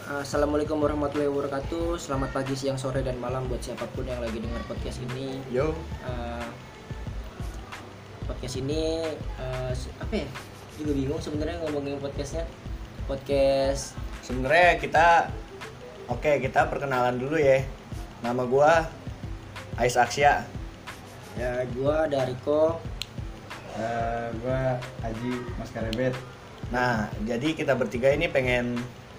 Assalamualaikum warahmatullahi wabarakatuh. Selamat pagi, siang, sore, dan malam buat siapapun yang lagi dengar podcast ini. Yo. Podcast ini apa ya? Juga bingung sebenarnya ngomongin podcastnya. Podcast. Sebenarnya kita perkenalan dulu ya. Nama gua Ais Aksya. Ya, gua ada Riko. Gua Haji Mas Karebet. Nah, jadi kita bertiga ini pengen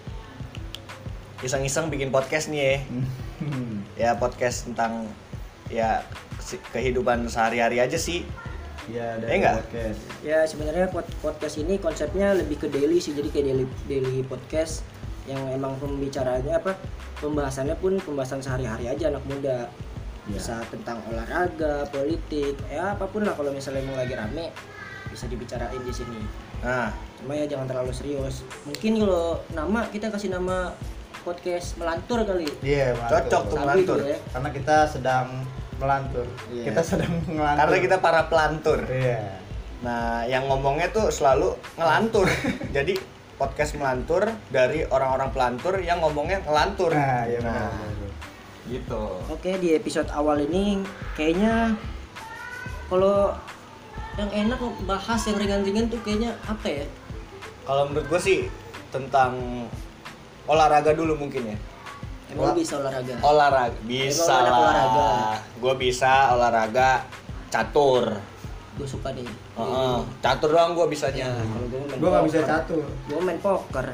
iseng-iseng bikin podcast nih ya. Ya podcast tentang ya kehidupan sehari-hari aja sih. Iya, dari enggak? podcast. Ya, sebenarnya podcast ini konsepnya lebih ke daily sih. Jadi kayak daily podcast yang emang pembahasannya pun pembahasan sehari-hari aja anak muda. Bisa tentang olahraga, politik, ya apapun lah, kalau misalnya emang lagi rame bisa dibicarain di sini. Nah, Cuma ya jangan terlalu serius. Mungkin kalau nama kita kasih nama podcast melantur kali. Iya, cocok tuh Sabi melantur. gitu ya. Karena kita sedang melantur. Iya. Kita sedang melantur. Karena kita para pelantur. Iya. Nah, yang ngomongnya tuh selalu ngelantur. Jadi podcast melantur dari orang-orang pelantur yang ngomongnya ngelantur. Nah, iya benar. Gitu. Oke, di episode awal ini kayaknya kalau yang enak bahas yang ringan-ringan tuh kayaknya apa ya? Kalau menurut gue sih tentang olahraga dulu mungkin ya. Emang lu bisa olahraga? Olahraga bisa Emang anak olahraga? lah. Gue bisa olahraga catur. Gue suka deh. Catur doang gue bisanya. Kalau gue main Gua enggak bisa poker. catur. Gue main poker,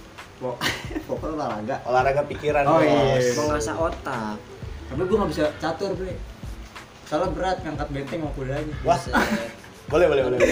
Poker olahraga. Olahraga pikiran. Oh, bos. iya. mengasah otak. Tapi gua enggak bisa catur, Bre. Soalnya berat ngangkat benteng sama kudanya. Wah, boleh.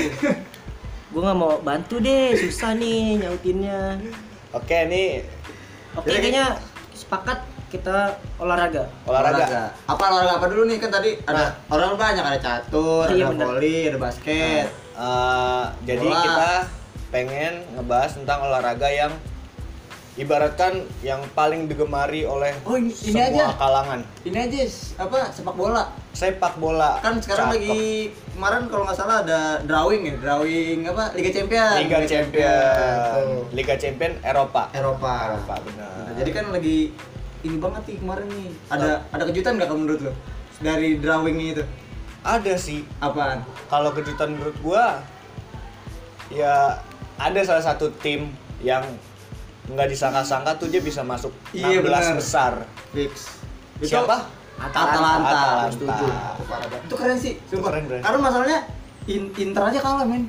Gue nggak mau bantu deh, susah nih nyautinnya. Oke, nih Oke, kayaknya sepakat kita olahraga. olahraga. Apa dulu nih, kan tadi ada orang banyak, ada catur, Iya, ada bener. voli, ada basket. Jadi Bola. kita pengen ngebahas tentang olahraga yang ibaratkan yang paling digemari oleh Oh, ini semua aja. kalangan. Ini aja sepak bola. Sepak bola. Kan sekarang Cakep. lagi kemarin kalau nggak salah ada drawing Liga Champion. Liga Champion. Tuh. Liga Champion Eropa. Eropa. Benar. Jadi kan lagi ini banget nih kemarin nih. Ada kejutan nggak kalau menurut lo dari drawingnya itu? Ada sih. Apaan? Kalau kejutan menurut gua ya ada salah satu tim yang nggak disangka-sangka tuh dia bisa masuk 16 Iya, benar. besar. Fix. Siapa? Atalanta. Atalanta. Itu parah banget. Itu keren sih. Sumpah. Keren. Karena masalahnya Inter aja kalah, men.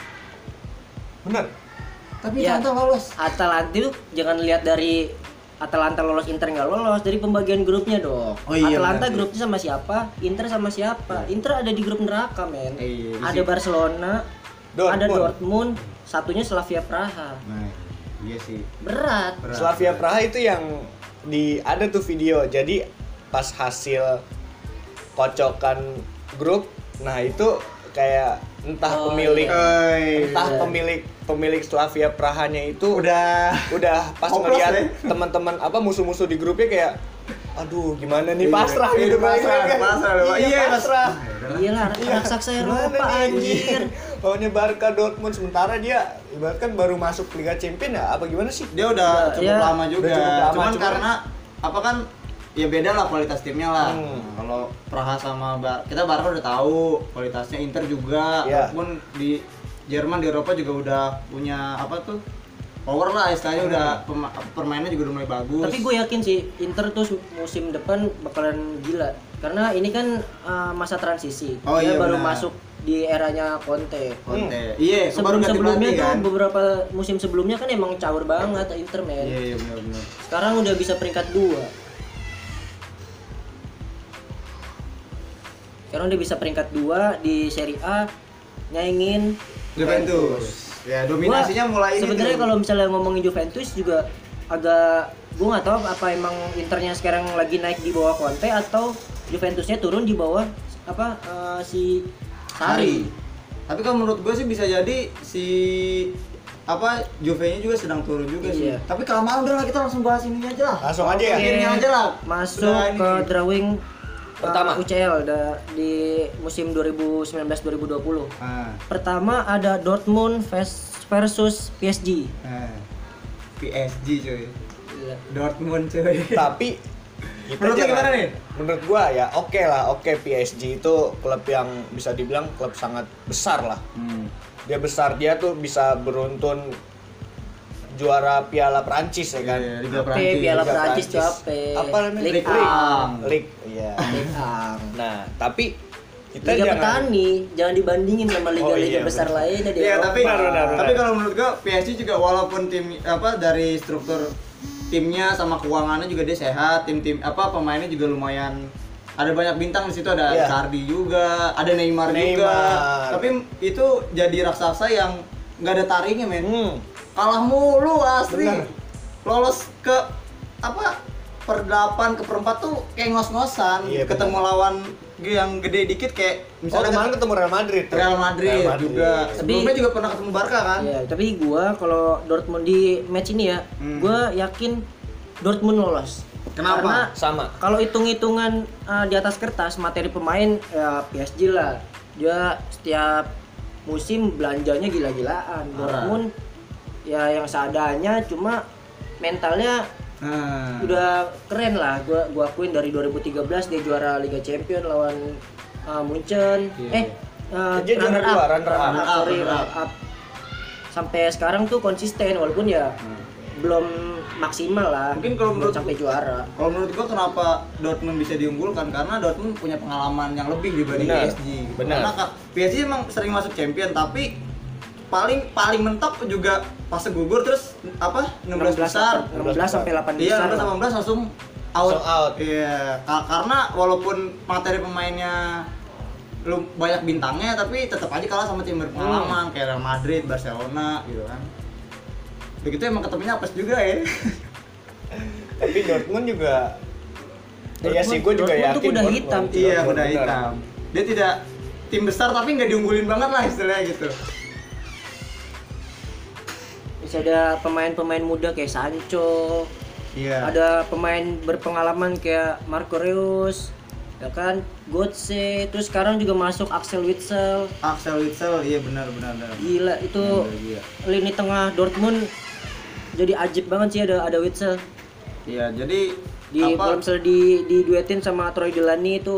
Bener. Tapi Ya. Atalanta lolos. Atalanta itu jangan lihat dari Atalanta lolos, Inter nggak lolos, dari pembagian grupnya dong. Oh iya, Atalanta benar sih. grupnya sama siapa, Inter sama siapa. Inter ada di grup neraka, men. Iya, Ada sih. Barcelona, Dortmund. ada Dortmund, satunya Slavia Praha. Nah, iya sih. Berat. Slavia Praha itu yang ada tuh video. Jadi pas hasil kocokan grup, nah itu kayak entah Oh, pemilik iya. entah pemilik Slavia Prahanya itu Udah pas hopeless ngeliat ya. teman-teman musuh-musuh di grupnya kayak aduh gimana nih, Iya, pasrah iya, gitu pasrah, kan. pasrah, Iya, Mas. pasrah. Iyalah, raksasa Eropa anjir. Pokoknya Barca Dortmund, sementara dia ibaratkan baru masuk Liga Champions ya apa gimana sih? Dia udah cukup Iya. lama juga. Udah cukup lama, Cuman cuman- karena apa kan ya beda lah kualitas timnya lah. Hmm. Kalau Praha sama kita Barca udah tahu kualitasnya, Inter juga. Iya. Walaupun di Jerman, di Eropa juga udah punya apa tuh power lah istilahnya, udah permainannya juga udah mulai bagus. Tapi gue yakin sih Inter tuh musim depan bakalan gila. Karena ini kan masa transisi. Oh, Dia iya, baru benar. masuk di eranya Conte. Conte. Iya, baru ganti Sebelumnya pelatih tuh kan. beberapa musim sebelumnya kan emang caur banget Inter, men. Iya, benar. Sekarang udah bisa peringkat 2. Sekarang udah bisa peringkat 2 di Serie A, nyaingin Juventus. Ya, dominasinya mulai ini. sebenarnya tuh. kalau misalnya ngomongin Juventus juga agak, gue nggak tahu apa emang Internya sekarang lagi naik di bawah Conte atau Juventusnya turun di bawah si Sarri. Tapi kalau menurut gue sih bisa jadi si Juve-nya juga sedang turun juga Iya. sih. Tapi kalau malam udah lah, kita langsung bahas ini aja lah. Langsung aja ya? Ini aja lah. Masuk Udah ini ke nih. drawing Pertama. UCL di musim 2019-2020. Nah, Pertama ada Dortmund versus PSG. PSG cuy. Gila. Dortmund cuy. Tapi kita Menurut lu gimana nih? Menurut gua ya oke PSG itu klub yang bisa dibilang klub sangat besar lah. Dia besar, dia tuh bisa beruntun juara Piala Prancis ya kan. Iya, Liga Apa Prancis. Piala Liga Prancis tuh Prancis. apa? Apa namanya? Ligue Ligue 1. League, iya. Ligue 1. Nah, tapi kita Liga jangan petani, jangan dibandingin sama liga-liga Oh, iya, besar bener. lainnya di Iya, Eropa. tapi Benar. tapi kalau menurut gua PSG juga walaupun tim dari struktur timnya sama keuangannya juga dia sehat, tim pemainnya juga lumayan ada banyak bintang di situ, ada Iya. Icardi juga, ada Neymar juga. Tapi itu jadi raksasa yang nggak ada taringnya, men. Kalah mulu asli. Bener. Lolos ke per 8 ke per 4 tuh kayak ngos-ngosan. Iya, ketemu bener. lawan yang gede dikit kayak Misalnya kemarin ketemu Real Madrid. tuh. Real Madrid juga. Tapi- Sebelumnya juga pernah ketemu Barca kan? Iya, tapi gua kalau Dortmund di match ini ya, gua yakin Dortmund lolos. Kenapa? Karena Sama. kalau hitung-hitungan di atas kertas materi pemain ya PSG lah. Dia setiap musim belanjanya gila-gilaan. Dortmund ya yang seadanya, cuma mentalnya Nah. udah keren lah. Gua akuin dari 2013 dia juara Liga Champions lawan Munchen. Iya. Dia juara dua, runner up. Runner up. Sampai sekarang tuh konsisten walaupun ya belum maksimal lah. Mungkin kalau belum menurut- sampai juara. Kalau menurut gua kenapa Dortmund bisa diunggulkan, karena Dortmund punya pengalaman yang lebih dibanding Benar, PSG. benar. Karena PSG emang sering masuk champion, tapi paling mentok juga pas gugur terus 16 besar. 16 sampai 8 Iya, besar. 16 langsung out. Langsung out. Iya, karena walaupun materi pemainnya lu banyak bintangnya, tapi tetap aja kalah sama tim berpengalaman kayak Real Madrid, Barcelona gitu kan. Begitu emang ketemunya apes juga ya. Tapi Dortmund juga iya sih, gue juga Dortmund tuh yakin kuda hitam. Iya, Dortmund, udah benar. hitam. Dia tidak tim besar tapi nggak diunggulin banget lah istilahnya gitu. Bisa ada pemain-pemain muda kayak Sancho. Iya. Ada pemain berpengalaman kayak Marco Reus, ya kan, Götze, terus sekarang juga masuk Axel Witsel. Axel Witsel, iya benar. Gila itu Iya. lini tengah Dortmund jadi ajib banget sih ada Witsel. Iya, jadi Kalau misalnya diduetin sama Troy Deeney itu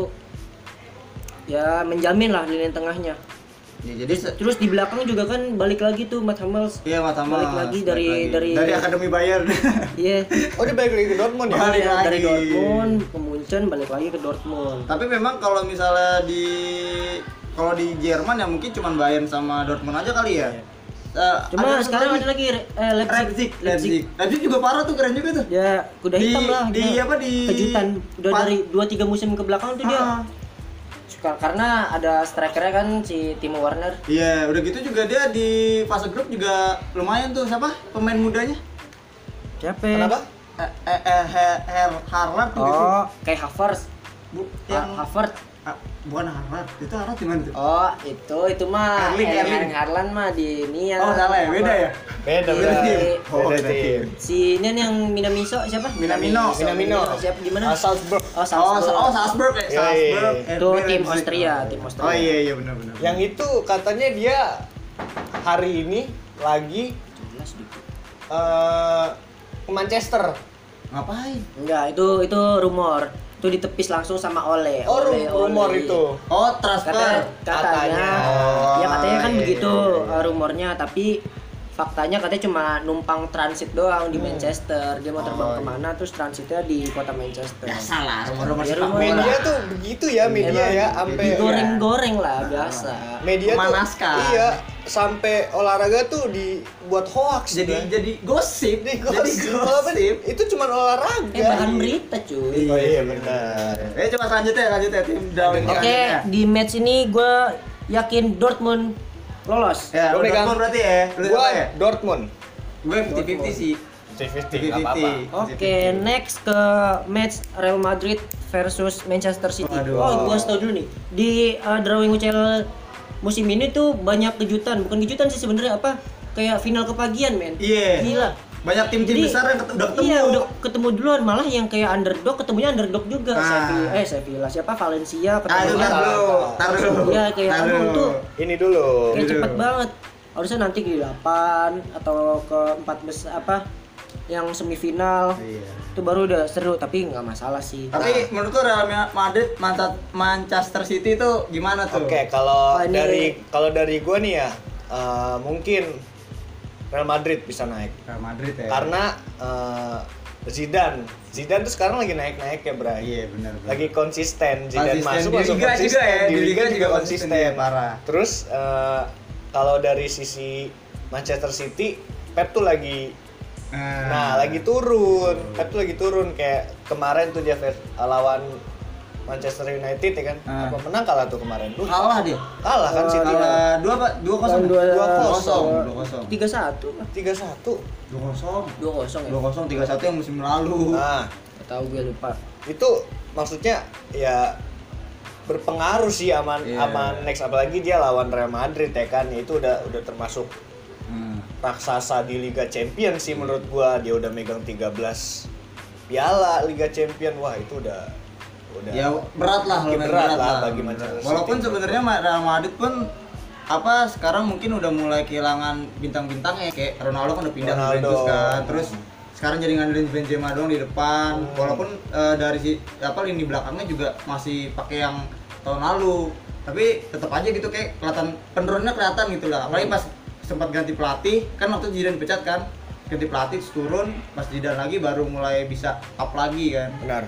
ya menjamin lah lini tengahnya. ya, jadi Terus di belakang juga kan balik lagi tuh Matt Hummels. iya Matamas Balik lagi dari Akademi Bayern. Iya. Oh, dia balik lagi ke Dortmund ya? Balik lagi. Dari Dortmund ke Munchen balik lagi ke Dortmund. Tapi memang kalau misalnya di Jerman ya mungkin cuma Bayern sama Dortmund aja kali ya. Cuma satu sekarang lagi. ada lagi Leipzig juga parah tuh, keren juga tuh. Ya kuda hitam lah. di dia. apa di kejutan udah dari 2-3 musim ke belakang tuh dia. Karena ada strikernya kan si Timo Werner. Iya, udah gitu juga dia di fase grup juga lumayan tuh, siapa pemain mudanya? Siapa? Kenapa? Haaland tuh gitu. Oh, kayak Havertz. Yang Havertz. bukan Haaland, itu Haaland di mana tuh? Oh, itu mah Erling. Haaland mah di ini ya. Oh, salah ya, beda ya? Beda. Di- Oh, Beda beda tim. Si ini yang Minamiso siapa? Minamino. Siapa di mana? Salzburg. Oh, Salzburg. Salzburg ya, Iya, Salzburg. iya. Itu RB tim Leipzig. Austria, tim Austria. Oh iya benar. Yang itu katanya dia hari ini lagi Jelas dikit. ke Manchester. Ngapain? Enggak, itu rumor. Itu ditepis langsung sama Ole. Oh, Ole. rumor itu. Oh, transfer. Katanya. Oh, Ya katanya kan iya, begitu iya. Rumornya, tapi faktanya katanya cuma numpang transit doang di Manchester. Dia mau terbang Oh, kemana terus transitnya di kota Manchester. Ya salah, rumor-rumor Ya, sepak rumor. bola. Media tuh begitu ya, media Emang ya, sampai digoreng-goreng lah biasa. media tuh Memanaskan. iya, sampai olahraga tuh dibuat hoax. Jadi gosip. Jadi gosip. Itu cuma olahraga. Bahan berita cuy. Oh iya benar. Coba lanjut ya tim down. Oke, di match ini gue yakin Dortmund lolos. Ya, Gua lu pegang. Dortmund berarti ya. Lu Gua apa ya? Dortmund. Gue 50-50 sih. 50-50 enggak apa-apa. Oke, next ke match Real Madrid versus Manchester City. Waduh. Oh, gua tahu dulu nih. Di drawing UCL musim ini tuh banyak kejutan. Bukan kejutan sih sebenarnya, apa? Kayak final kepagian, men. Iya. Gila. Banyak tim-tim Jadi, besar yang udah ketemu. Iya, udah ketemu duluan, malah yang kayak underdog ketemunya underdog juga. Ah. Sevilla siapa? Valencia Ah, itu ketemu. tar dulu. Iya, kayak aduh tuh Ini dulu. kayak Gitu. cepet banget. Harusnya nanti di 8 atau ke 4 besar apa? yang semifinal. Iya. Itu baru udah seru, tapi nggak masalah sih. Tapi menurut lu Real Madrid Manchester City itu gimana tuh? Oke, kalau Wah, ini- dari gua nih ya, mungkin Real Madrid bisa naik. Real Madrid ya. Karena Zidane tuh sekarang lagi naik-naik ya, Bray. Iya benar. Lagi konsisten. Zidane Konsisten. masuk Di Liga konsisten. juga ya, Di Liga juga konsisten, konsisten. iya, parah. Terus kalau dari sisi Manchester City, Pep tuh lagi lagi turun. Pep tuh lagi turun kayak kemarin tuh dia lawan Manchester United ya kan. Apa menang kalah tuh kemarin? Kalah dia. Kalah kan City. Kalah 2-0. 2-0. 3-1 lah. 3-1. 2-0. 2-0 ya. 2-0 3-1 yang musim lalu. Nah, Nggak tahu gue lupa. itu maksudnya ya berpengaruh sih aman next, apalagi dia lawan Real Madrid ya kan. Itu udah termasuk raksasa di Liga Champions sih menurut gua. Dia udah megang 13 piala Liga Champions. Wah, itu udah Ya berat lah, lumayan berat lah bagi Manchester City. Walaupun sebenarnya Real Madrid pun sekarang mungkin udah mulai kehilangan bintang-bintangnya, kayak Ronaldo kan udah pindah ke Juventus kan. Terus sekarang jadi ngandelin Benzema doang di depan. Walaupun dari lini belakangnya juga masih pakai yang tahun lalu. Tapi tetap aja gitu kayak penurunannya kelihatan gitu lah. Apalagi pas sempat ganti pelatih, kan waktu Zidane dipecat kan. Ganti pelatih terus turun, pas Zidane lagi baru mulai bisa up lagi kan. Benar.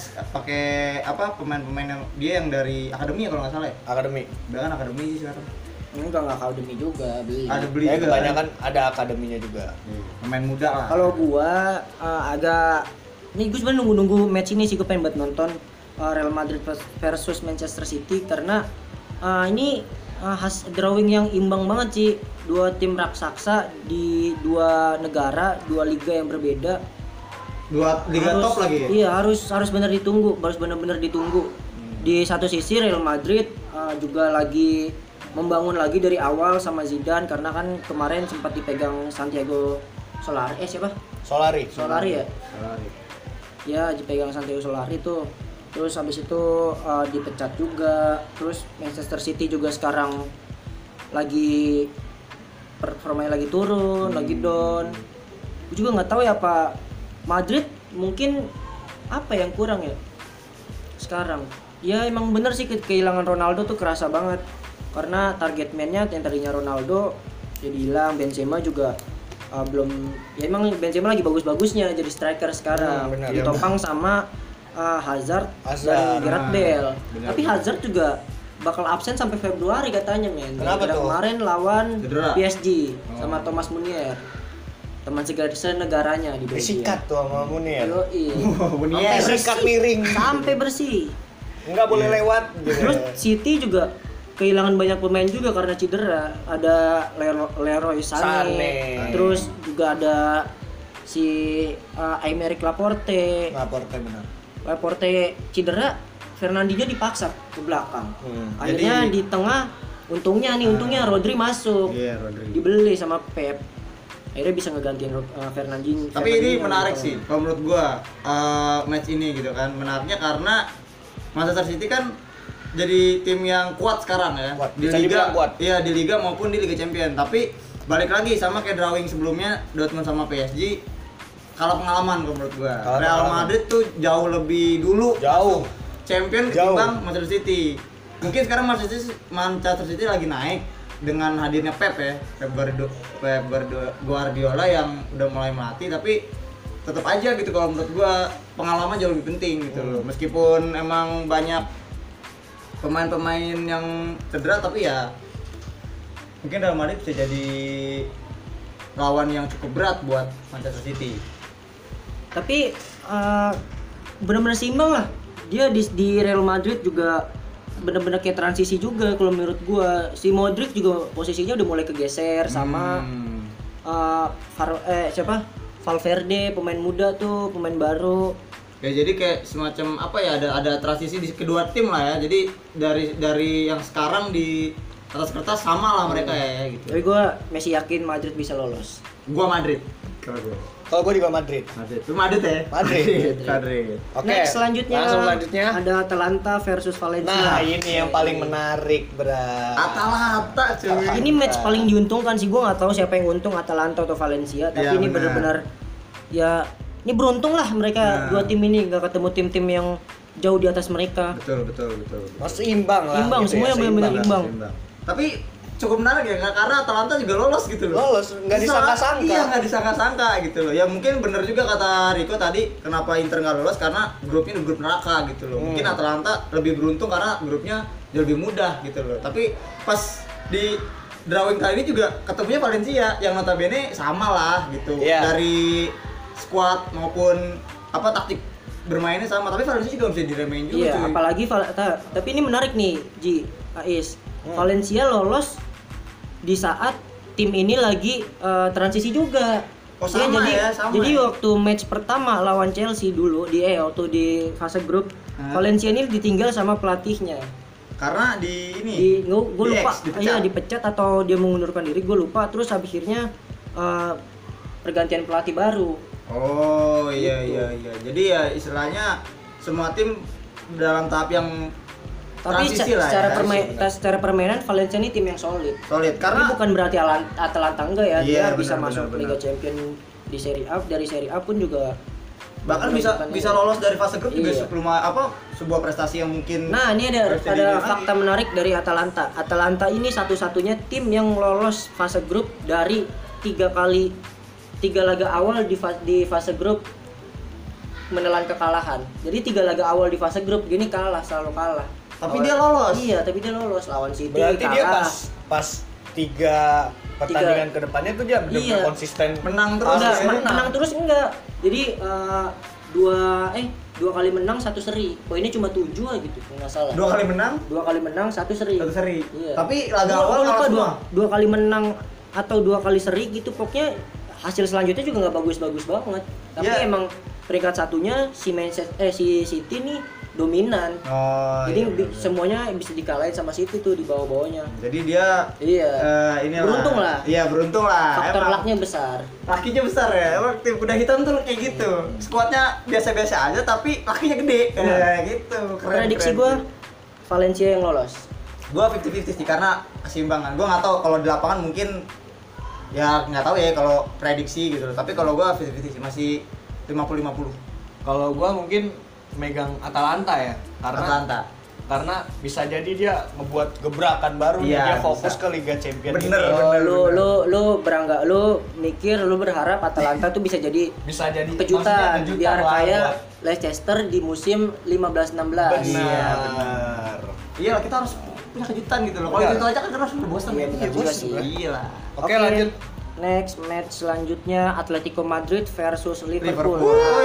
Pakai pemain-pemain yang dia yang dari akademi ya kalau nggak salah ya. Akademi. Udah kan akademi sih sekarang. Enggak akademi juga beli. Ada beli Ya, juga. kebanyakan ada akademinya juga. Pemain muda lah. Kalau gua agak nih gue sebenarnya nunggu match ini sih, gue pengen buat nonton Real Madrid versus Manchester City karena ini drawing yang imbang banget sih. Dua tim raksasa di dua negara, dua liga yang berbeda. Dua liga top lagi ya. Iya, harus benar ditunggu, harus benar-benar ditunggu. Di satu sisi Real Madrid juga lagi membangun lagi dari awal sama Zidane karena kan kemarin sempat dipegang Santiago Solari. Solari ya. Ya, dipegang Santiago Solari tuh. Terus habis itu dipecat juga. Terus Manchester City juga sekarang lagi performanya lagi turun, lagi down. Gue juga nggak tahu ya apa Madrid mungkin apa yang kurang ya sekarang. Ya emang bener sih kehilangan Ronaldo tuh kerasa banget. Karena target man-nya yang tadinya Ronaldo jadi hilang, Benzema juga belum, ya emang Benzema lagi bagus-bagusnya jadi striker sekarang. Benar. Ditopang sama Hazard dan Gareth Bale. Tapi Hazard juga bakal absen sampai Februari katanya, men. Kenapa tuh? Kemarin lawan Cedera. PSG sama Thomas Meunier. Teman senegaranya di Belgia. disikat tuh sama Munir. Yoi. Meunier. Disikat miring. Sampai bersih. Nggak boleh lewat gitu. Terus City juga kehilangan banyak pemain juga karena cedera. Ada Leroy Sané. Terus juga ada si Aymeric Laporte. Benar. Laporte cedera, Fernandinho dipaksa ke belakang. Akhirnya Jadi- di tengah untungnya Rodri masuk. Iya, Rodri. Dibeli sama Pep. Akhirnya bisa ngegantiin Fernandinho. Tapi ini menarik sih kalau menurut gua match ini gitu kan. Menariknya karena Manchester City kan jadi tim yang kuat sekarang ya. Kuat. Di Bisa liga dibilang kuat. Iya, di liga maupun di Liga Champions. Tapi balik lagi sama kayak drawing sebelumnya Dortmund sama PSG. Kalau pengalaman kalau menurut gua, Kalau Real pengalaman. Madrid tuh jauh lebih dulu Jauh. champion Jauh. ketimbang Manchester City. Mungkin sekarang Manchester City lagi naik dengan hadirnya Pep ya, Pep Guardiola yang udah mulai melatih, tapi tetap aja gitu kalau menurut gua pengalaman jauh lebih penting gitu loh. Meskipun emang banyak pemain-pemain yang cedera, tapi ya mungkin Real Madrid bisa jadi lawan yang cukup berat buat Manchester City. Tapi benar-benar seimbang lah. Dia di Real Madrid juga benar-benar kayak transisi juga kalau menurut gua. Si Modric juga posisinya udah mulai kegeser sama Valverde, pemain muda tuh, pemain baru. Ya jadi kayak semacam apa ya, ada transisi di kedua tim lah ya. Jadi dari yang sekarang di atas kertas sama lah mereka ya gitu. Tapi gua masih yakin Madrid bisa lolos. Gua Madrid. Kalau gua. Kalau gue juga Madrid. Lu Madrid ya? Madrid. Madrid. Oke. Next selanjutnya ada Atalanta versus Valencia. Nah, ini yang paling menarik, Bra. Atalanta cuy. Ini match paling diuntungkan sih, gua nggak tahu siapa yang untung Atalanta atau Valencia, tapi Iya, ini benar. benar-benar ya ini beruntung lah mereka dua tim ini nggak ketemu tim-tim yang jauh di atas mereka. Betul. Masih imbang lah. Imbang, gitu semuanya benar-benar imbang. Tapi cukup menarik ya, karena Atalanta juga lolos gitu loh. Lolos, nggak disangka-sangka. Iya, nggak disangka-sangka gitu loh. Ya mungkin bener juga kata Rico tadi, kenapa Inter nggak lolos karena grupnya grup neraka gitu loh. Mungkin Atalanta lebih beruntung karena grupnya jauh lebih mudah gitu loh. Tapi pas di drawing kali ini juga ketemunya Valencia yang notabene sama lah gitu. Dari squad maupun taktik bermainnya sama, tapi Valencia juga bisa diremehin juga. Iya, apalagi tapi ini menarik nih, Ais. Valencia lolos di saat tim ini lagi transisi juga. Oh, sama sama. Jadi waktu match pertama lawan Chelsea dulu waktu di fase grup, Valencia ini ditinggal sama pelatihnya. Karena gue lupa, dipecat atau dia mengundurkan diri, gue lupa. Terus akhirnya pergantian pelatih baru. Oh iya. Jadi ya istilahnya semua tim dalam tahap yang tapi secara permainan Valencia ini tim yang solid. Karena ini bukan berarti Atalanta enggak ya. Dia bisa benar, masuk Liga Champions di Serie A, dari Serie A pun juga bahkan bisa lolos dari fase grup juga sebuah prestasi yang mungkin. Nah, ini ada fakta menarik dari Atalanta. Atalanta ini satu-satunya tim yang lolos fase grup dari 3 laga awal di fase grup menelan kekalahan. Jadi 3 laga awal di fase grup gini selalu kalah. Tapi dia lolos. Iya, tapi dia lolos lawan City. Berarti kalah. dia pas 3 pertandingan ke depannya tuh dia benar-benar konsisten menang terus. Menang terus enggak. Jadi 2 kali menang 1 seri. Poinnya cuma 7 aja gitu, enggak salah. 2 kali menang? 2 kali menang 1 seri. 1 seri. Iya. Tapi laga awal lupa 2 kali menang atau 2 kali seri gitu, pokoknya hasil selanjutnya juga nggak bagus-bagus banget. Tapi emang peringkat satunya si City nih dominan. Jadi semuanya bisa dikalahin sama City tuh di bawah-bawahnya. Jadi dia beruntung lah. Iya, beruntung lah. Faktor lucknya besar. Lakinya besar ya. Emang tim kuda hitam tuh kayak gitu. Skuadnya biasa-biasa aja tapi lakinya gede. Gitu. Prediksi gue Valencia yang lolos. Gua 50-50 sih karena keseimbangan. Gua nggak tahu kalau di lapangan mungkin ya nggak tahu ya kalau prediksi gitu. Tapi kalau gua 50-50 masih 50-50. Kalau gua mungkin megang Atalanta ya, karena bisa jadi dia ngebuat gebrakan baru, dia fokus ke Liga Champions. Lu berharap Atalanta tuh bisa jadi kejutan biar kayak Leicester di musim 15-16. Benar. Iya, kita harus punya kejutan gitu loh. Kalau gitu aja kan harus bosan ya. Iya. Oke, lanjut. Next match selanjutnya Atletico Madrid versus Liverpool.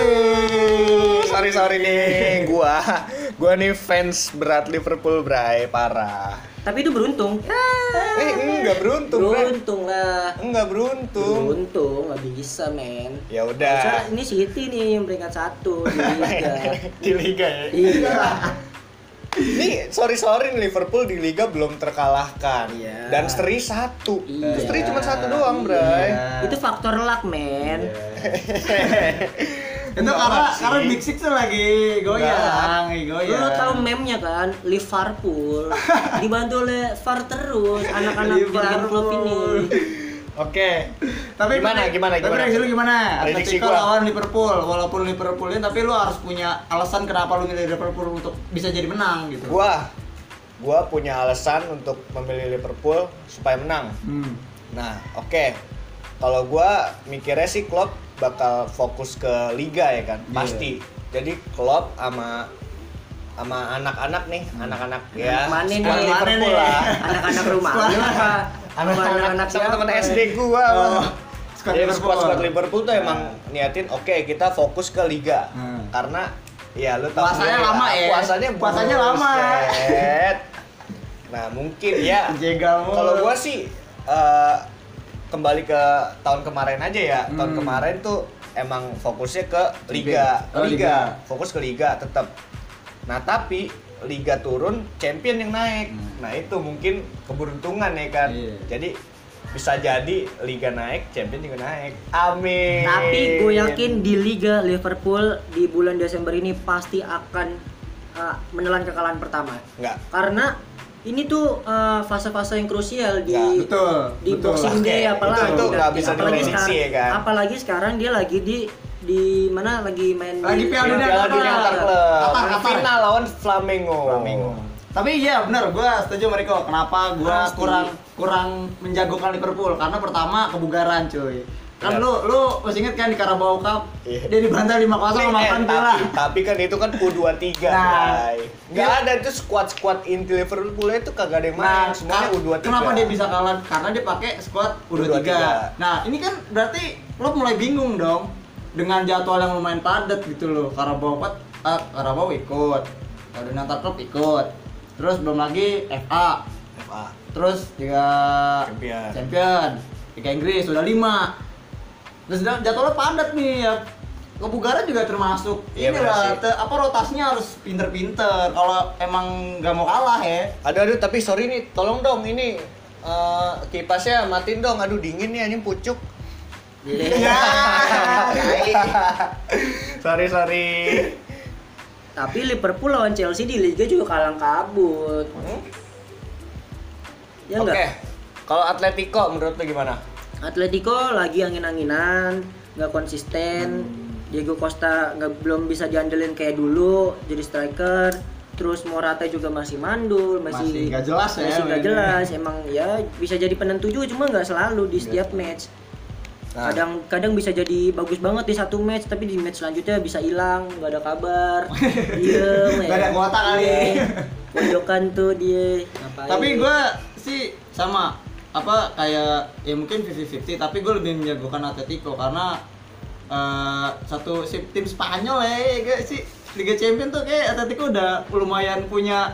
Sorry nih, gua nih fans berat Liverpool, Bray, parah. Tapi itu beruntung. Enggak beruntung. Beruntung lah. Enggak beruntung. Beruntung, nggak bisa, men. Ya udah. Ini City nih yang peringkat 1 di Liga. Di Liga ya. Iya. Nih, sorry nih, Liverpool di Liga belum terkalahkan. Iya. Dan seri 1. Iya. Seri cuma 1 doang, Bray. Itu faktor luck, men. Itu karena Big Six tuh lagi goyang. Lu tahu meme-nya kan? Liverpool dibantu oleh VAR terus anak-anak Jurgen Klopp ini. Oke. Tapi gimana? Tapi prediksi lu gimana? Prediksi Atletico gua lawan Liverpool. Walaupun Liverpoolnya, tapi lu harus punya alasan kenapa lu milih Liverpool untuk bisa jadi menang gitu. Gua punya alasan untuk memilih Liverpool supaya menang. Nah, oke. Kalau gua mikirnya sih Klopp bakal fokus ke Liga ya kan, pasti. Jadi Klopp sama anak-anak nih, anak-anak ya. Mana nih? Liverpool lah. Anak-anak rumah lu apa? Anak-anak teman-teman SD gua. Squad Liverpool tuh emang niatin kita fokus ke Liga. Karena ya lu tahu puasanya lama ya. Puasanya lama. Nah, mungkin ya. Kalau gua sih kembali ke tahun kemarin aja ya. Tahun kemarin tuh emang fokusnya ke Liga. Fokus ke Liga tetap. Nah, tapi Liga turun, champion yang naik. Nah, itu mungkin keberuntungan ya kan. Jadi bisa jadi Liga naik, champion juga naik. Amin. Tapi gue yakin di Liga Liverpool di bulan Desember ini pasti akan menelan kekalahan pertama. Enggak. Karena ini tuh fase-fase yang krusial di betul. Boxing Day, apalagi itu nggak bisa diprediksi ya kan. Apalagi sekarang dia lagi di di mana lagi main Lagi di Piala Dunia Antar klub. Qatar. Final lawan Flamengo. Tapi iya benar, gue setuju sama Riko. Kenapa gue Pasti. kurang menjagokan Liverpool? Karena pertama kebugaran cuy. Kan Benar. lu masih inget kan di Carabao Cup Iya. dia dibantai 5-0 sama Aston Villa. Tapi kan itu kan U23, Nah, Bray. Nggak ada itu squad inti Liverpool itu kagak ada yang main, Nah, semuanya U23. kenapa dia bisa kalah? Karena dia pakai squad U23. U23. Nah, ini kan berarti lo mulai bingung dong dengan jadwal yang lumayan padat gitu loh. Carabao ikut, Antar Club ikut. Terus belum lagi FA. Terus juga Champion. Liga Inggris sudah 5. Terus jadwalnya padat nih ya. Kebugaran juga termasuk. Iya, Inilah benar sih. rotasinya harus pinter-pinter kalau emang nggak mau kalah ya. Aduh, tapi sorry nih, tolong dong ini kipasnya matiin dong. Aduh, dingin nih anjing pucuk. Iya. Sorry. Tapi Liverpool lawan Chelsea di Liga juga kalang kabut. Ya Oke. enggak? Kalau Atletico menurut lu gimana? Atletico lagi angin-anginan, nggak konsisten. Diego Costa belum bisa diandelin kayak dulu jadi striker. Terus Morata juga masih mandul, Masih nggak jelas ya masih nggak mainnya. jelas. Emang ya bisa jadi penentu juga, cuma nggak selalu di setiap match. Nah. Kadang bisa jadi bagus banget di satu match, tapi di match selanjutnya bisa hilang, nggak ada kabar, diem. Nggak ada kuota kali. Iya. Pojokan tuh dia. Ngapain? Tapi gue sih sama kayak ya mungkin 50-50, tapi gue lebih menjagokan Atletico karena satu tim Spanyol ya guys sih Liga Champions tuh kayak Atletico udah lumayan punya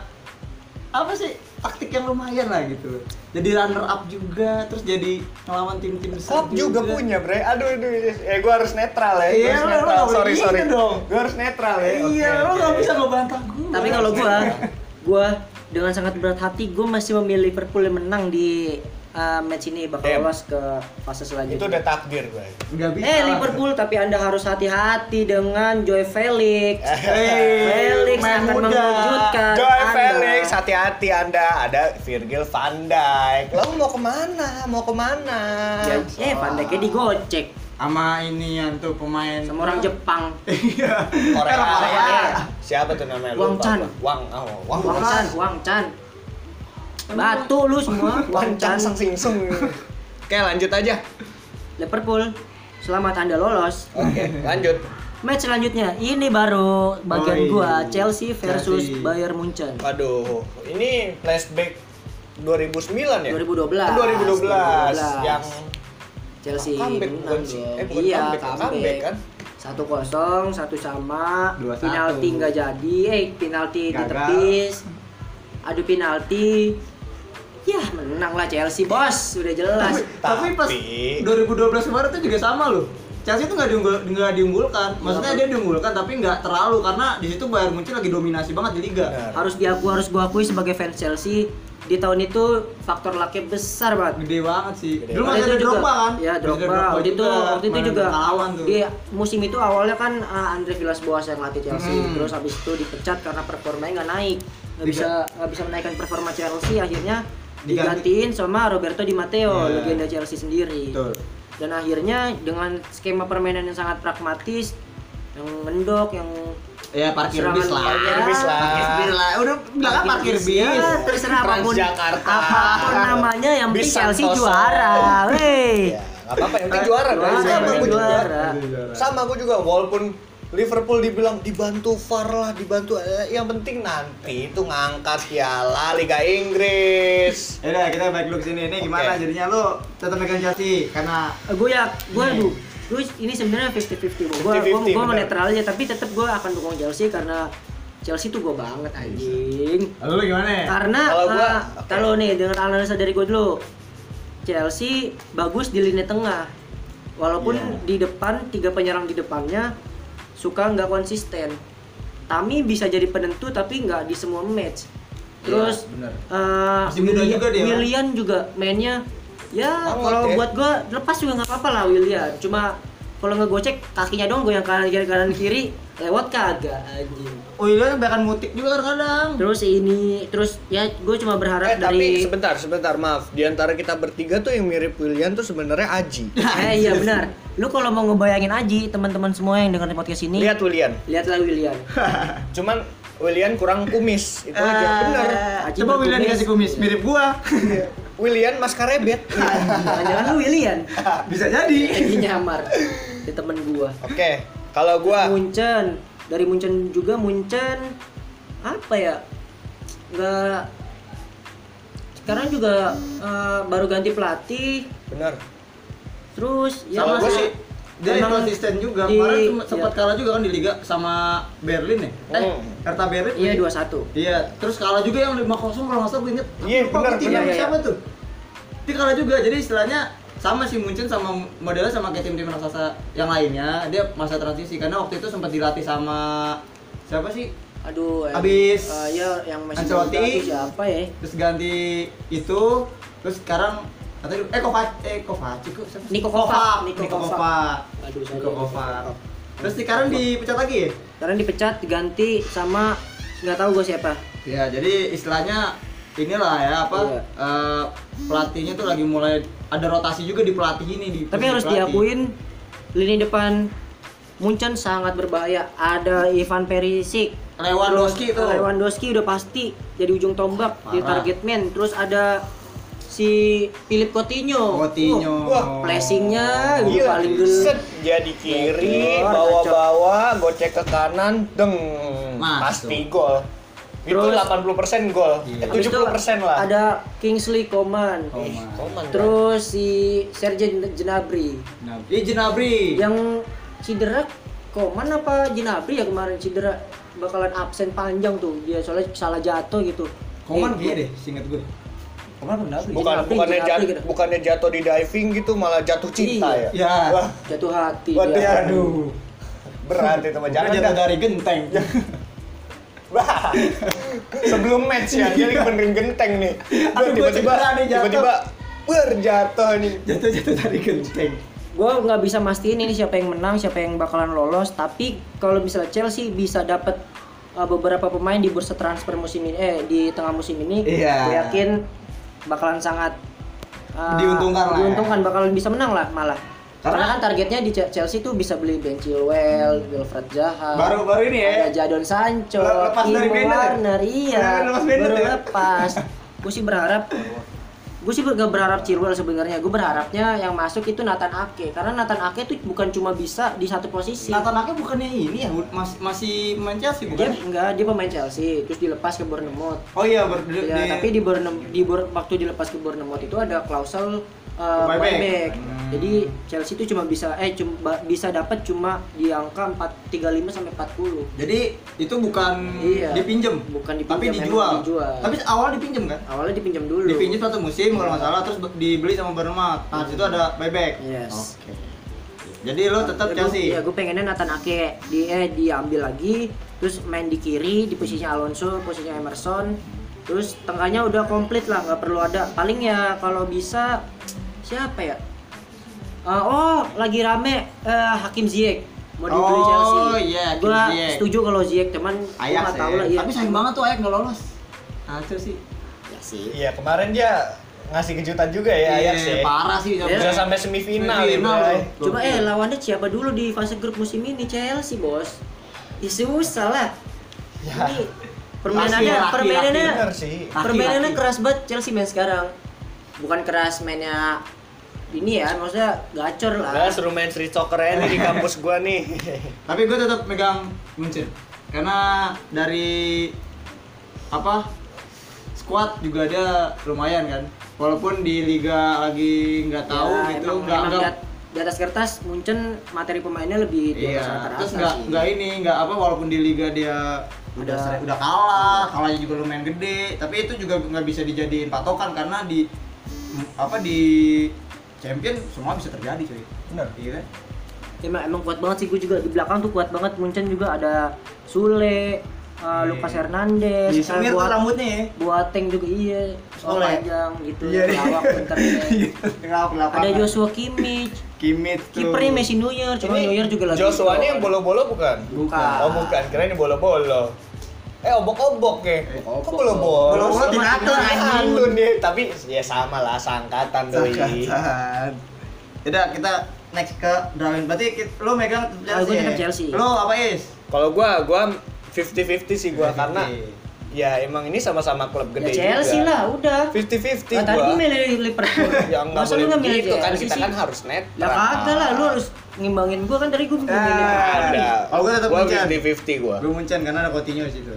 taktik yang lumayan lah gitu. Jadi runner up juga, terus jadi ngelawan tim-tim besar Klopp juga punya, Bre. Aduh, gue harus netral ya. Iya, Gua harus lo netral. nggak boleh Sorry. gitu dong. Gue harus netral ya. Iya, Oke, lo oke. nggak bisa ngebantah gue. Tapi kalau gua dengan sangat berat hati gue masih memilih Liverpool yang menang di match ini bakal Damn. lolos ke fase selanjutnya. Itu udah takdir, Bray. nggak bisa. lah. Liverpool, tapi Anda harus hati-hati dengan Joe Felix. Hey, Felix main akan muda. mengejutkan Joy Anda. Felix, hati-hati Anda. Ada Virgil van Dijk. Lo mau kemana? Ya, Van Dijknya digocek Sama ini yang tuh pemain sama orang Jepang. Iya. Korea. Siapa tuh namanya? Wang Lupa Chan. gua. Wang Chan. Batu lu semua, Wang Chan. Singsung. Oke, lanjut aja. Liverpool, selamat Anda lolos. Oke, lanjut. Match selanjutnya, ini baru bagian Oi. gua, Chelsea versus Chelsea. Bayern Munchen. Waduh, ini flashback 2009 ya? 2012. 2012 yang Chelsea comeback menang bukan sih? dong. Bukan Iya, comeback kan? 1-0, 1 sama, 2-1. penalti nggak jadi, penalti Gagal. ditepis, adu penalti, ya menang lah Chelsea bos, udah jelas. Tapi pas 2012 kemarin tuh juga sama loh. Chelsea tuh nggak diunggulkan. Maksudnya dia diunggulkan tapi nggak terlalu karena di situ Bayern Munchen lagi dominasi banget di liga. Benar. Harus gua akui sebagai fans Chelsea, di tahun itu faktor lucknya besar banget. Gede banget sih. Gede Dulu Waktu masih ada Drogba kan? Ya, Masih ada Drogba. Waktu itu main juga lawan tuh. di musim itu awalnya kan Andre Villas-Boas yang latih Chelsea. Terus habis itu dipecat karena performanya nggak naik. Nggak bisa menaikkan performa Chelsea, akhirnya digantiin sama Roberto Di Matteo, Yeah. legenda Chelsea sendiri. Betul. Dan akhirnya dengan skema permainan yang sangat pragmatis, yang mendok, yang Ya parkir serangan- bis lah. ya, Parkir bis lah. Parkir bis lah. Udah bilang kan parkir bis. Ya, terserah apapun Transjakarta. namanya, yang penting Bis Chelsea Santoso. juara. Wey. Ya, nggak apa-apa, yang penting juara. Juara, Sama gue juga. juara. Sama gue juga, walaupun Liverpool dibilang dibantu VAR lah, yang penting nanti itu ngangkat piala Liga Inggris. Ya udah kita balik dulu ke sini. Ini gimana Oke. jadinya lu tetap megang Chelsea karena Gue ini sebenarnya 50-50. Gue 50-50, mau benar. netral aja, tapi tetap gue akan dukung Chelsea karena Chelsea tuh gue banget anjing. lu gimana ya? Karena Kalau gua, oke. kalau nih dengan analisa dari gue dulu, Chelsea bagus di lini tengah. Walaupun Iya. di depan 3 penyerang di depannya suka nggak konsisten. Tami bisa jadi penentu tapi nggak di semua match. Terus bener. Masih muda Willian juga dia, kan? Willian juga mainnya ya Banget kalau ya. buat gua lepas juga nggak apa-apa lah Willian. Cuma kalau ngegocek kakinya doang goyang kanan kiri lewat kagak anjing. Willian bahkan mutik juga kadang-kadang. Terus ya gue cuma berharap tapi dari sebentar maaf, di antara kita bertiga tuh yang mirip Willian tuh sebenarnya Aji. iya benar. Lu kalau mau ngebayangin Aji, teman-teman semua yang dengerin podcast ini, Lihatlah Willian. Cuman Willian kurang kumis, itu aja benar. Aji Coba Willian berkumis. dikasih kumis mirip gua. Willian mas karebet. Jangan-jangan lu Willian. Bisa jadi. Lagi nyamar di temen gua. Oke, kalau gua Munchen, dari Munchen juga apa ya? Nggak sekarang juga baru ganti pelatih. benar. Terus Sama gua masih- sih dia emang konsisten juga. di- Kemarin sempat iya. kalah juga kan di liga sama Berlin ya. Hertha Berlin. Iya 2-1. Iya, terus kalah juga yang 5-0 kalau nggak salah gue inget. Iya, Lupa benar, gua timnya benar. siapa tuh? Dia kalah juga. Jadi istilahnya sama si Munchen sama modelnya sama kayak tim-tim raksasa yang lainnya. Dia masa transisi karena waktu itu sempat dilatih sama siapa sih? Aduh, Habis ya yang masih Ancelotti. muda tuh siapa ya? Terus ganti itu, terus sekarang Kovacic siapa sih? Niko Kovac. Niko Kovac. Aduh, sorry. Niko Kovac. Terus sekarang dipecat lagi ya? Sekarang dipecat diganti sama nggak tahu gue siapa. Ya, jadi istilahnya inilah ya apa Iya. pelatihnya tuh lagi mulai ada rotasi juga di pelatih ini di Tapi posisi harus pelatih. diakuin lini depan Munchen sangat berbahaya. Ada Ivan Perisic, Lewandowski terus tuh. Lewandowski udah pasti jadi ujung tombak di Parah. target man. Terus ada si Philip Coutinho. Coutinho. Wah, Flashingnya udah Gila, paling gel. set jadi kiri, Gokil, bawa-bawa, gocek ke kanan, deng, Masuk. pasti gol. Itu Terus- 80% gol, Iya. Habis itu 70% lah. Ada Kingsley Coman. Coman, Terus si Serge Gnabry. Gnabry. Yang cedera Coman apa Gnabry ya kemarin cedera bakalan absen panjang tuh dia soalnya salah jatuh gitu. Coman dia deh, seinget gue. Coman apa Gnabry? bukannya jatuh di diving gitu, malah jatuh cinta Iya. ya. Ya. Wah, Jatuh hati waduh, dia. Aduh. berat itu mah. Jangan Jatuh dah. dari genteng. Wah, sebelum match ya, dia lagi benerin genteng nih. Aduh, gua cedera nih, jatuh. tiba-tiba jatuh nih. Jatuh dari genteng. Gue nggak bisa mastiin ini siapa yang menang, siapa yang bakalan lolos. Tapi kalau misalnya Chelsea bisa dapat beberapa pemain di bursa transfer musim ini, di tengah musim ini, Iya. gue yakin bakalan sangat Diuntungkan lah ya. Diuntungkan, bakalan bisa menang lah malah. Karena Karena- kan targetnya di Chelsea tuh bisa beli Ben Chilwell, Wilfried Zaha. Baru ini ya. Ada Jadon Sancho, Lepas dari Timo Bennett ya? Werner, iya. Lepas Bennett Baru ya? lepas. Gue sih gak berharap Chilwell sebenarnya. Gue berharapnya yang masuk itu Nathan Ake. Karena Nathan Ake tuh bukan cuma bisa di satu posisi. Nathan Ake bukannya ini ya masih main Chelsea Dia bukan? enggak, dia pemain Chelsea, terus dilepas ke Bournemouth. Oh iya Ya, tapi waktu dilepas ke Bournemouth itu ada klausul Buyback. buyback. Jadi Chelsea itu cuma bisa dapat cuma di angka 35 sampai 40. Jadi itu bukan Iya. dipinjem, Bukan dipinjam, tapi memang dijual. dijual. Tapi awalnya dipinjem kan? Awalnya dipinjam dulu. Dipinjem satu musim kalau nggak salah, terus dibeli sama Bournemouth. Nah, di situ ada buyback. Yes. Oke. Jadi lo tetap Chelsea. Iya, gue pengennya Nathan Ake diambil lagi, terus main di kiri di posisinya Alonso, posisinya Emerson. Terus tengahnya udah komplit lah, nggak perlu ada. Paling ya kalau bisa siapa ya? Lagi rame Hakim Ziyech mau dibeli Oh, Chelsea. iya, Hakim Gua Ziyech. setuju kalau Ziyech, cuman gua Ajax nggak tahu ya. lah. Iya. Tapi sayang banget tuh Ajax nggak lolos. Nah, itu sih. Ya sih. Iya, kemarin dia ngasih kejutan juga ya Ajax ya. Parah sih. Iya. Bisa sampai semifinal ya, Semifinal Bray. loh. Coba lawannya siapa dulu di fase grup musim ini? Chelsea, Bos. Ya susah lah. Ya. Ini permainannya Laki-laki, Bener sih. permainannya Laki-laki. keras banget Chelsea main sekarang. Bukan keras mainnya ini ya, maksudnya gacor Nah, lah. suruh main street soccer aja nih di kampus gua nih. Tapi gue tetap megang Munchen. Karena dari apa? Squad juga dia lumayan kan. Walaupun di liga lagi nggak tahu Ya, gitu, emang di atas kertas Munchen materi pemainnya lebih di atas Iya, rata-rata terus sih. nggak apa walaupun di liga dia Udah- udah kalahnya juga lumayan gede, tapi itu juga nggak bisa dijadiin patokan karena di champion semua bisa terjadi cuy. Bener. Iya kan? Emang kuat banget sih, gue juga di belakang tuh kuat banget. Munchen juga ada Sule, Lucas Hernandez, Semir tuh rambutnya ya. Boateng juga iya, Oleh. panjang gitu, Iya. lawak bentarnya. Ngelap-ngelap. Ada Joshua Kimmich, Kimmich tuh. kipernya Messi Neuer, cuma Neuer juga lagi. Joshua ini yang bolo-bolo bukan? Bukan. Oh bukan, kira ini bolo-bolo. Obok-obok ya? Kok bolo-bolo? Bolo-bolo tinator, anjing. Lu nih, tapi ya sama lah, seangkatan doi. Sangkatan. Udah kita next ke Darwin. Berarti lo megang Gue tetap Chelsea. Lo apa Is? Kalau gua 50-50 sih gua karena ya emang ini sama-sama klub Ya gede Chelsea juga. lah, udah. 50-50 Nah, tadi gua. gue milih Liverpool. Ya enggak Masa lu boleh nggak milih gitu kan, Chelsea kita sih? kan harus netral. Lah kagak lah, lu harus ngimbangin gue kan dari gue milih. Ada. Oh, gua tetap Munchen. 50-50 gua. Gue Munchen karena ada Coutinho di situ.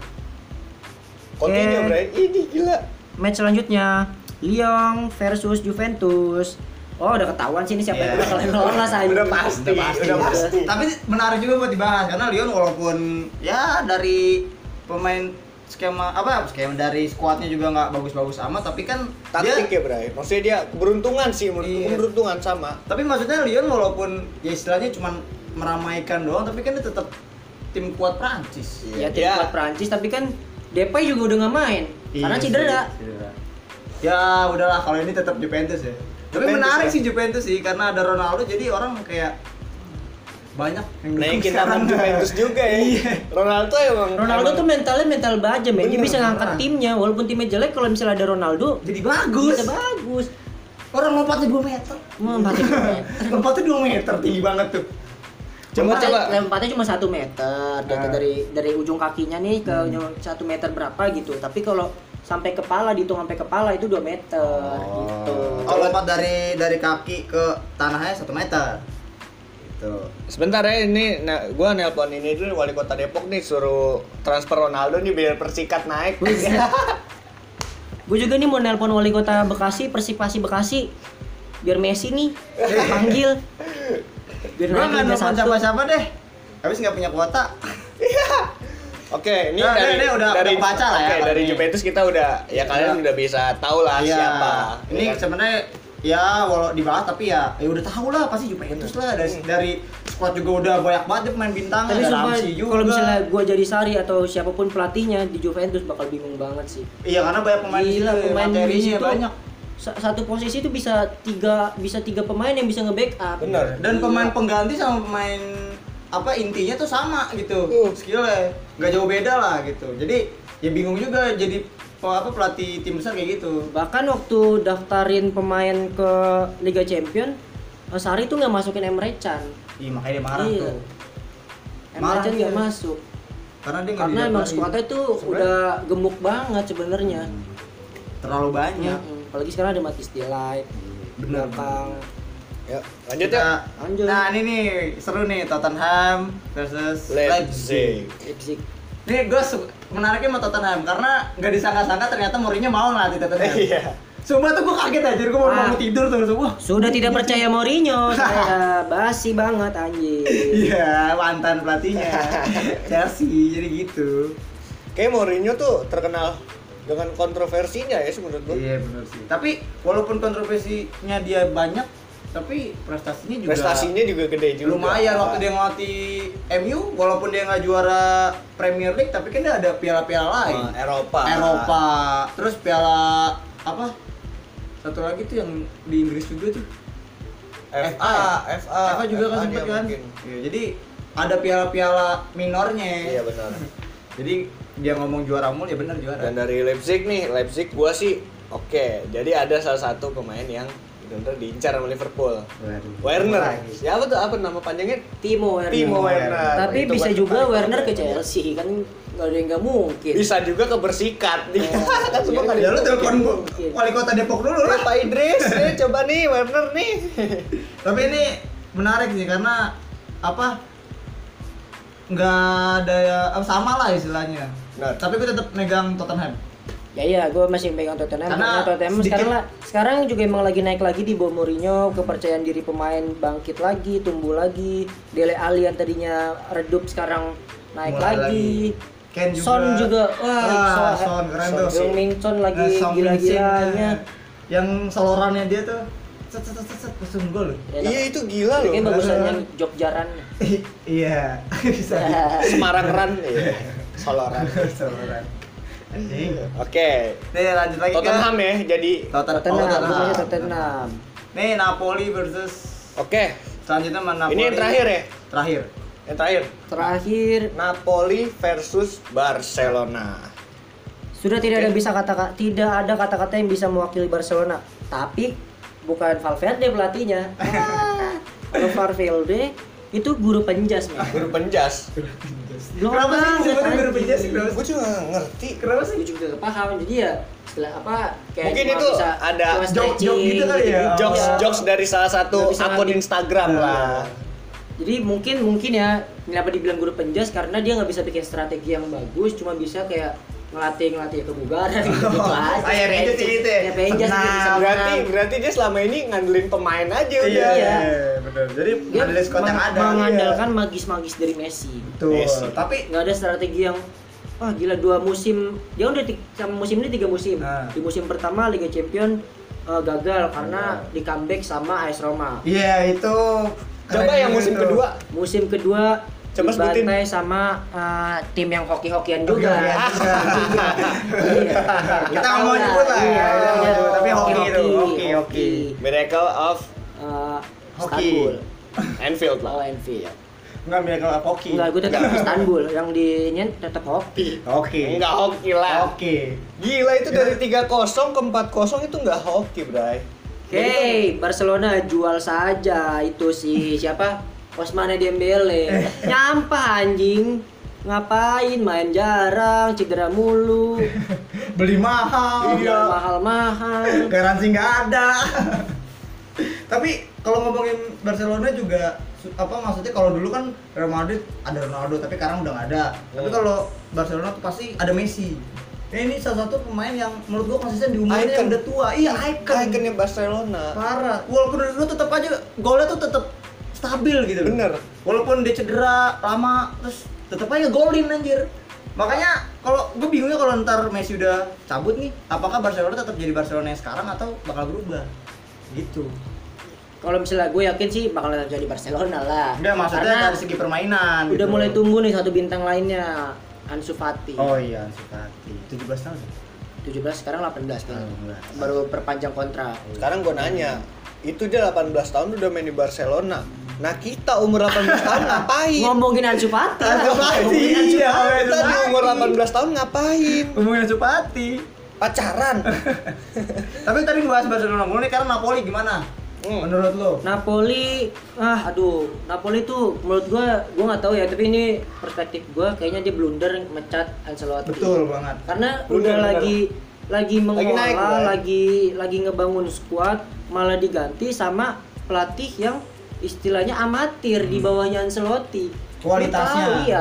Coutinho, Bray. Ini gila. Match selanjutnya Lyon versus Juventus. Oh, udah ketahuan sih ini siapa yang bakalan lolos aja. Udah pasti. Tapi menarik juga buat dibahas karena Lyon walaupun ya dari pemain skema dari skuadnya juga nggak bagus-bagus amat, tapi kan Taktik dia, ya, Bray. Maksudnya dia keberuntungan sih, menurut Iya. keberuntungan sama. tapi maksudnya Lyon walaupun ya istilahnya cuma meramaikan doang, tapi kan dia tetap tim kuat Prancis. Ya tim Ya. kuat Prancis tapi kan Depay juga udah nggak main karena Iya cedera. sih, cedera. Ya udahlah kalau ini tetap Juventus ya. Tapi Juventus menarik ya. sih Juventus sih karena ada Ronaldo jadi orang kayak banyak yang Naikin sekarang. nama Juventus juga ya. Iya. Ronaldo tuh mentalnya mental baja men. Dia Bener, bisa ngangkat beneran. timnya walaupun timnya jelek, kalau misalnya ada Ronaldo Jadi bagus. bisa bagus. Orang lompatnya 2 meter. Lompatnya Lompatnya 2 meter tinggi banget tuh. lompatnya cuma 1 meter dari ujung kakinya nih ke 1 meter berapa gitu. Tapi kalau sampai kepala, dihitung sampai kepala itu 2 meter gitu. Oh, lompat dari kaki ke tanahnya 1 meter. Gitu. Sebentar ya, ini gua nelpon ini dulu wali kota Depok nih, suruh transfer Ronaldo nih biar Persikat naik. Gue juga nih mau nelpon wali kota Bekasi, Persipasi Bekasi, biar Messi nih panggil. Biar Gua naik nggak Liga nelfon 1. siapa-siapa deh. Habis nggak punya kuota. Oke, ini Nah, dari ini udah baca lah ya, Oke, kalau dari ini. Juventus kita udah ya kalian udah bisa tahu lah siapa. Ini Ya kan? sebenarnya ya walau dibahas tapi ya udah tahu lah pasti Juventus lah dari squad juga udah banyak banget dia pemain bintang. Tapi ada sumpah Ramsey juga. kalau misalnya gue jadi Sari atau siapapun pelatihnya di Juventus bakal bingung banget sih. Iya karena banyak pemain di Gila, situ, pemain di materinya situ banyak. Satu posisi itu bisa tiga pemain yang bisa nge-backup. Bener. Dan pemain pengganti sama pemain intinya tuh sama gitu. Skillnya nggak jauh beda lah gitu. Jadi ya bingung juga jadi pelatih tim besar kayak gitu. Bahkan waktu daftarin pemain ke Liga Champion, Sari tuh nggak masukin Emre Can. Iya makanya dia marah Iya. tuh. Emre Marah Can nggak dia. masuk. Karena dia nggak Karena emang didaftarin. skuadnya tuh udah gemuk banget sebenarnya. terlalu banyak. Apalagi sekarang ada Matis Delight, Bener. belakang. Ya, lanjut ya. Lanjut. Nah ini nih seru nih Tottenham versus Leipzig. Leipzig. Nih gue menariknya sama Tottenham karena nggak disangka-sangka ternyata Mourinho mau ngelatih Tottenham. Iya. Sumpah tuh gue kaget aja, gue mau Ah. tidur tuh semua. Sudah tidak percaya Mourinho, saya basi banget anjing. Iya mantan pelatihnya Chelsea jadi gitu. Kayak Mourinho tuh terkenal dengan kontroversinya ya sih menurut gua. Iya benar sih. Tapi walaupun kontroversinya dia banyak, tapi prestasinya juga gede juga. lumayan waktu dia ngelatih MU walaupun dia nggak juara Premier League tapi kan dia ada piala-piala lain. Eropa. Terus piala satu lagi tuh yang di Inggris juga tuh FA juga kan sempet dia kan. mungkin. Iya, jadi ada piala-piala minornya. Iya benar. Jadi dia ngomong juara mulu ya benar juara. Dan dari Leipzig gua sih oke. Jadi ada salah satu pemain yang benar-benar diincar sama Liverpool. Werner. Siapa tuh apa nama panjangnya? Timo Werner. Timo Werner. Tapi Itu bisa buat juga pemain Werner ke Liverpool. Chelsea kan nggak ada yang nggak mungkin. Bisa juga ke Bersikat. Kan semua kan Ya lu telepon Mungkin. wali kota Depok dulu lah. Pak Idris, coba nih Werner nih. Tapi ini menarik sih karena nggak ada sama lah istilahnya. Benar. Tapi gue tetap megang Tottenham. Ya iya, gue masih pegang Tottenham Karena karena Tottenham sedikit- sekarang juga emang lagi naik lagi di bawah Mourinho, kepercayaan diri pemain bangkit lagi, tumbuh lagi. Dele Alli yang tadinya redup sekarang naik Mulai lagi. Ken juga. Son juga, wah, Son keren tuh. Heung-min Son lagi Son gila-gilanya. Yang solorannya dia tuh set langsung gol. Iya itu gila Kayaknya loh. bagusannya Jogjaran. Iya, bisa. Semarang Run. Iya. Soloran. Soloran. Anjing. Oke. Nih lanjut lagi Tottenham ke ya jadi. Tottenham. Nih Napoli versus Oke. selanjutnya mana Napoli. Ini yang terakhir ya? Terakhir. Yang terakhir. Napoli versus Barcelona. Sudah tidak ada kata-kata yang bisa mewakili Barcelona. Tapi bukan Valverde pelatihnya. Kalau Valverde itu guru penjas, men. Guru penjas. Kenapa sih disebutnya guru penjas sih? Gue juga nggak ngerti. Kenapa sih? Gue juga gak paham. Jadi ya istilah apa kayak Mungkin cuma itu bisa ada cuma stretching joke gitu kali ya? Jokes dari salah satu Nggak bisa akun ngerti. Instagram lah. Jadi mungkin ya kenapa dibilang guru penjas karena dia nggak bisa bikin strategi yang bagus, cuma bisa kayak ngelatih kebugaran gitu aja. Kayak penjas sih itu ya? Kayak penjas Tenang. gitu, bisa Berarti dia selama ini ngandelin pemain aja udah. Iya. benar. Jadi Dia ada squad yang ada. mengandalkan magis-magis dari Messi. Betul. Messi. Tapi Nggak ada strategi yang wah gila 2 musim. Dia udah sama musim ini 3 musim. Nah. Di musim pertama Liga Champion gagal karena di comeback sama AS Roma. iya itu. Coba yang musim itu. kedua. Musim kedua Coba sebutin. dibantai sama tim yang hoki-hokian juga. Hoki-hokian. Iya. Kita nggak mau nyebut lah ya. Iya, Tapi hoki itu. hoki. Hoki. Miracle of Hoki. Istanbul. Anfield Oh, lah. Enfield. Enggak Miracle of Hoki. Enggak, gue tetap Istanbul. Yang di Nyen tetap hoki. Hoki. Enggak hoki lah. Oke. Gila itu dari 3-0 ke 4-0 itu enggak hoki, Bray. Oke, Barcelona jual saja itu si siapa? Ousmane Dembele. Nyampah anjing. Ngapain main jarang, cedera mulu. Beli mahal. Jual mahal-mahal. Garansi nggak ada. Tapi kalau ngomongin Barcelona juga maksudnya kalau dulu kan Real Madrid ada Ronaldo tapi sekarang udah nggak ada. Tapi kalau Barcelona tuh pasti ada Messi. Ini salah satu pemain yang menurut gua konsisten di umurnya yang Icon. udah tua. Iya, Ikonnya Barcelona. Parah. Walaupun dulu tetap aja golnya tuh tetap stabil gitu. Bener. Walaupun dia cedera lama terus tetap aja golin anjir. Makanya kalau gue bingungnya kalau ntar Messi udah cabut nih, apakah Barcelona tetap jadi Barcelona yang sekarang atau bakal berubah? Gitu. Kalau misalnya gue yakin sih bakal jadi Barcelona lah. Enggak, maksudnya Karena dari segi permainan udah gitu. mulai tumbuh nih satu bintang lainnya, Ansu Fati. Oh iya, Ansu Fati. 17 tahun. 17 sekarang 18 kan. 18. Baru perpanjang kontrak. Sekarang gua nanya, itu dia 18 tahun udah main di Barcelona. Nah, kita umur 18 tahun ngapain? Ngomongin Ansu Fati. lah. Ansu Fati, Ngomongin Ansu iya. Fati. Kita di umur 18 tahun ngapain? Ngomongin Ansu Fati. Pacaran. Tapi tadi bahas Barcelona mulu nih, karena Napoli gimana? Menurut lo? Napoli, Napoli tuh menurut gua nggak tahu ya, tapi ini perspektif gua kayaknya dia blunder mecat Ancelotti. Betul banget. Karena Blunder, udah bener. lagi mengolah, naik, Bray. lagi ngebangun skuad, malah diganti sama pelatih yang istilahnya amatir di bawahnya Ancelotti. Kualitasnya. Lu tahu, iya.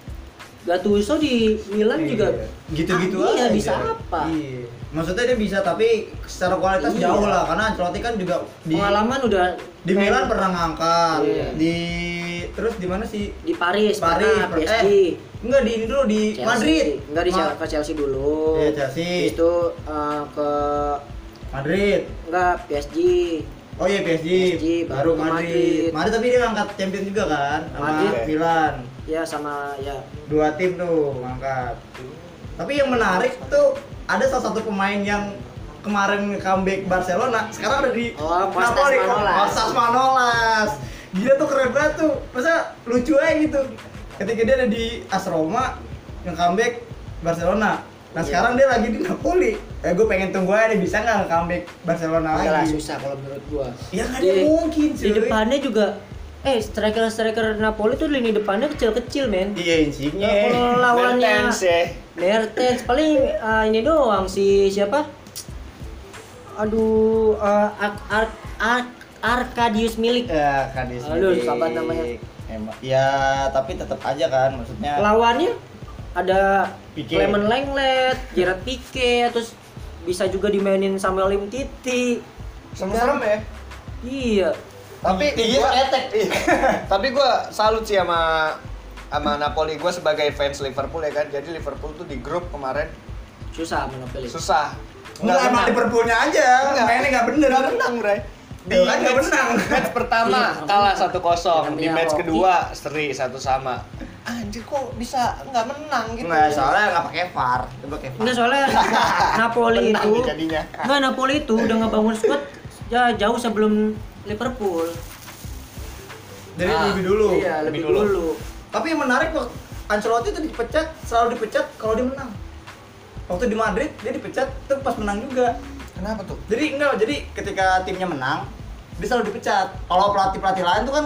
Gattuso di Milan juga gitu-gitu iya, aja. bisa apa? Iya. Maksudnya dia bisa tapi secara kualitas Iya. jauh lah, karena Ancelotti kan juga Pengalaman udah di Milan pernah ngangkat. Iya. Terus di mana sih? di Paris, pernah, PSG. PSG. Enggak di ini dulu di Chelsea. Madrid. Enggak di ke Chelsea dulu. Iya, Chelsea. Habis itu ke Madrid. enggak PSG. Oh iya PSG, baru ke Madrid. Madrid tapi dia ngangkat champion juga kan sama Madrid. Milan. Ya sama ya. Dua tim tuh ngangkat. Tapi yang menarik tuh ada salah satu pemain yang kemarin comeback Barcelona, sekarang ada di Kostas Napoli. Manolas. Kostas Manolas. Gila tuh, keren banget tuh. Masa lucu aja gitu. Ketika dia ada di AS Roma yang comeback Barcelona. Nah, sekarang dia lagi di Napoli. Gue pengen tunggu aja dia bisa nggak comeback Barcelona Enggak lah, lagi. susah kalau menurut gua. Ya nggak ada mungkin Di sih. depannya juga striker Napoli tuh lini depannya kecil-kecil, men. Iya, Insigne. Kalau lawannya Mertens ya. Mertens paling ini doang si siapa? Aduh, Arkadius Milik. Ya, Kadis. Aduh, sahabat namanya. Emang. Ya, tapi tetap aja kan maksudnya. Lawannya ada Pique. Clement Lenglet, Gerard Pique, terus bisa juga dimainin Samuel Umtiti. Serem ya. Iya. Tapi Tinggi etek. Tapi gua salut sih sama Napoli. Gua sebagai fans Liverpool ya kan. Jadi Liverpool tuh di grup kemarin Susah menopeli. susah. Enggak, emang Liverpoolnya aja. Enggak. Mainnya nggak bener. Nggak menang, Bray. Di Tuh kan nggak match, menang. match pertama Iya, kalah iya. 1-0, di Namanya match hoki. kedua seri 1-1. anjir kok bisa nggak menang gitu. Nggak, soalnya nggak pakai VAR. Coba pakai VAR. Enggak, soalnya Napoli Menang itu nih jadinya. enggak, Napoli itu udah ngebangun squad ya jauh sebelum Liverpool. Jadi lebih dulu. Iya, lebih Lebih dulu. dulu. Tapi yang menarik waktu Ancelotti itu selalu dipecat kalau dia menang. Waktu di Madrid dia dipecat tuh pas menang juga. Kenapa tuh? Jadi ketika timnya menang dia selalu dipecat. Kalau pelatih lain tuh kan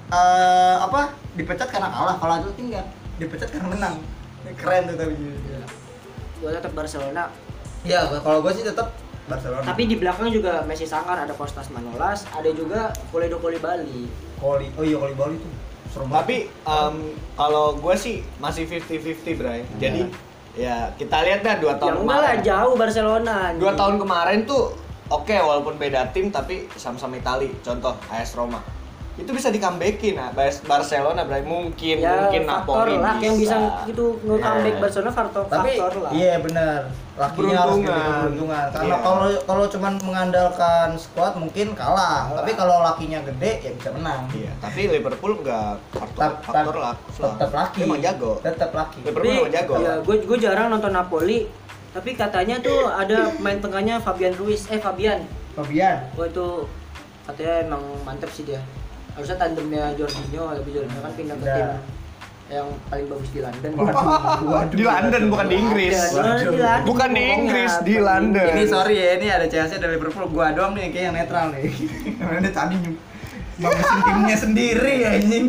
dipecat karena kalah, kalau Ancelotti enggak, dipecat karena menang. Keren tuh tapi. Gua tetap Barcelona. Iya, kalau gue sih tetap Barcelona. Tapi di belakang juga Messi Sangkar, ada Kostas Manolas, ada juga Toledo Coulibaly. Coulibaly tuh serem banget. Tapi kalau gue sih masih 50-50 Bray. Jadi ya kita lihat dah 2 tahun Ya enggak lah, kemarin. jauh Barcelona. 2 tahun kemarin tuh oke, walaupun beda tim tapi sama-sama Itali. Contoh AS Roma. Itu bisa di-comebackin nah, Barcelona Bray. Mungkin faktor Napoli lah yang bisa bisa. gitu nge-comeback Ya. Barcelona, faktor Tapi lah. iya benar. Lakinya harus Beruntungan. diberi keberuntungan. Karena Iya. kalau cuman mengandalkan squad mungkin kalah. Tapi kalau lakinya gede ya bisa menang. Iya, tapi Liverpool enggak faktor luck. Tetap laki. Emang jago. Tetap laki. Liverpool Tapi emang jago. ya gue jarang nonton Napoli. Tapi katanya tuh ada pemain tengahnya Fabian. Fabian. Wah itu katanya emang mantep sih dia. Harusnya tandemnya Jorginho, tapi Jorginho kan pindah ke tim yang paling bagus di London. Di London bukan di Inggris. Di London, Bukan di Inggris, pokoknya. di London. Ini sorry ya, ini ada Chelsea ada Liverpool. Gua doang nih kayak yang netral nih. Karena dia tadi bagusin timnya sendiri anjing.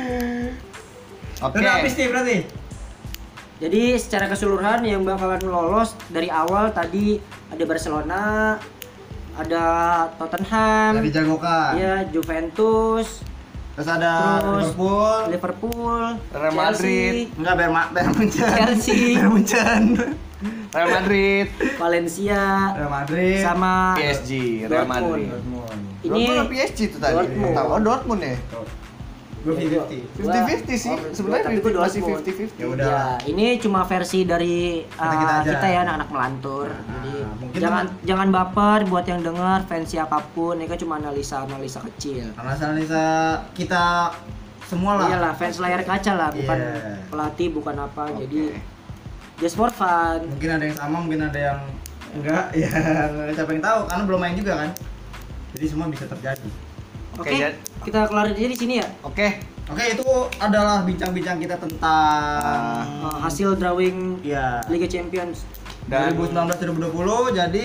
Oke. Udah habis nih berarti. Jadi secara keseluruhan yang bakalan lolos dari awal tadi ada Barcelona, ada Tottenham, Dijagokan. ya Juventus, Terus ada terus Liverpool. Real Madrid. Chelsea, Enggak Bayern Munchen. Chelsea. Bayern Munchen. Real Madrid, Valencia, Real Madrid. sama PSG, Real Dortmund. Madrid. Ini Dortmund apa PSG itu tadi? Dortmund. Tahu Dortmund ya? Gue 50. 50-50 sih, sebenarnya tapi gua masih Dortmund. 50-50. Ya udah. Ya, ini cuma versi dari Kita aja. kita ya anak-anak melantur. Jadi mungkin jangan baper buat yang dengar fans siapapun, ini kan cuma analisa kecil. Analisa kita semua lah. Iyalah, fans layar kaca lah, bukan Iya. pelatih, bukan apa. Oke. Jadi just for fun. Mungkin ada yang sama, mungkin ada yang enggak. Ya, siapa yang tahu karena belum main juga kan. Jadi semua bisa terjadi. Oke, Jad. kita kelarin aja di sini ya. Oke. Oke, itu adalah bincang-bincang kita tentang Hasil drawing ya Liga Champions. Dan 2019-2020. Jadi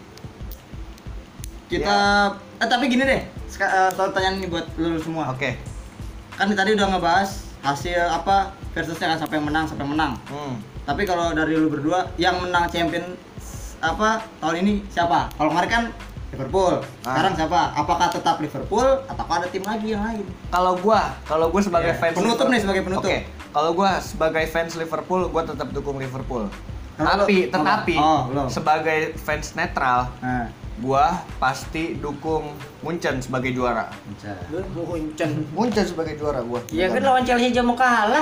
kita tapi gini deh. Soal pertanyaan ini buat lu semua. Oke. Kan tadi udah ngebahas hasil apa versusnya kan siapa yang menang. Tapi kalau dari lu berdua yang menang champion apa tahun ini siapa? Kalau kemarin kan Liverpool. Sekarang siapa? Apakah tetap Liverpool atau ada tim lagi yang lain? Kalau gua sebagai Iya. fans Penutup nih, sebagai penutup. Oke. Kalau gua sebagai fans Liverpool, gua tetap dukung Liverpool. Kalau Tetapi belum. sebagai fans netral, Nah, gua pasti dukung Munchen sebagai juara. Lu Munchen. Munchen sebagai juara gua. Ya kan lawan Chelsea aja mau kalah.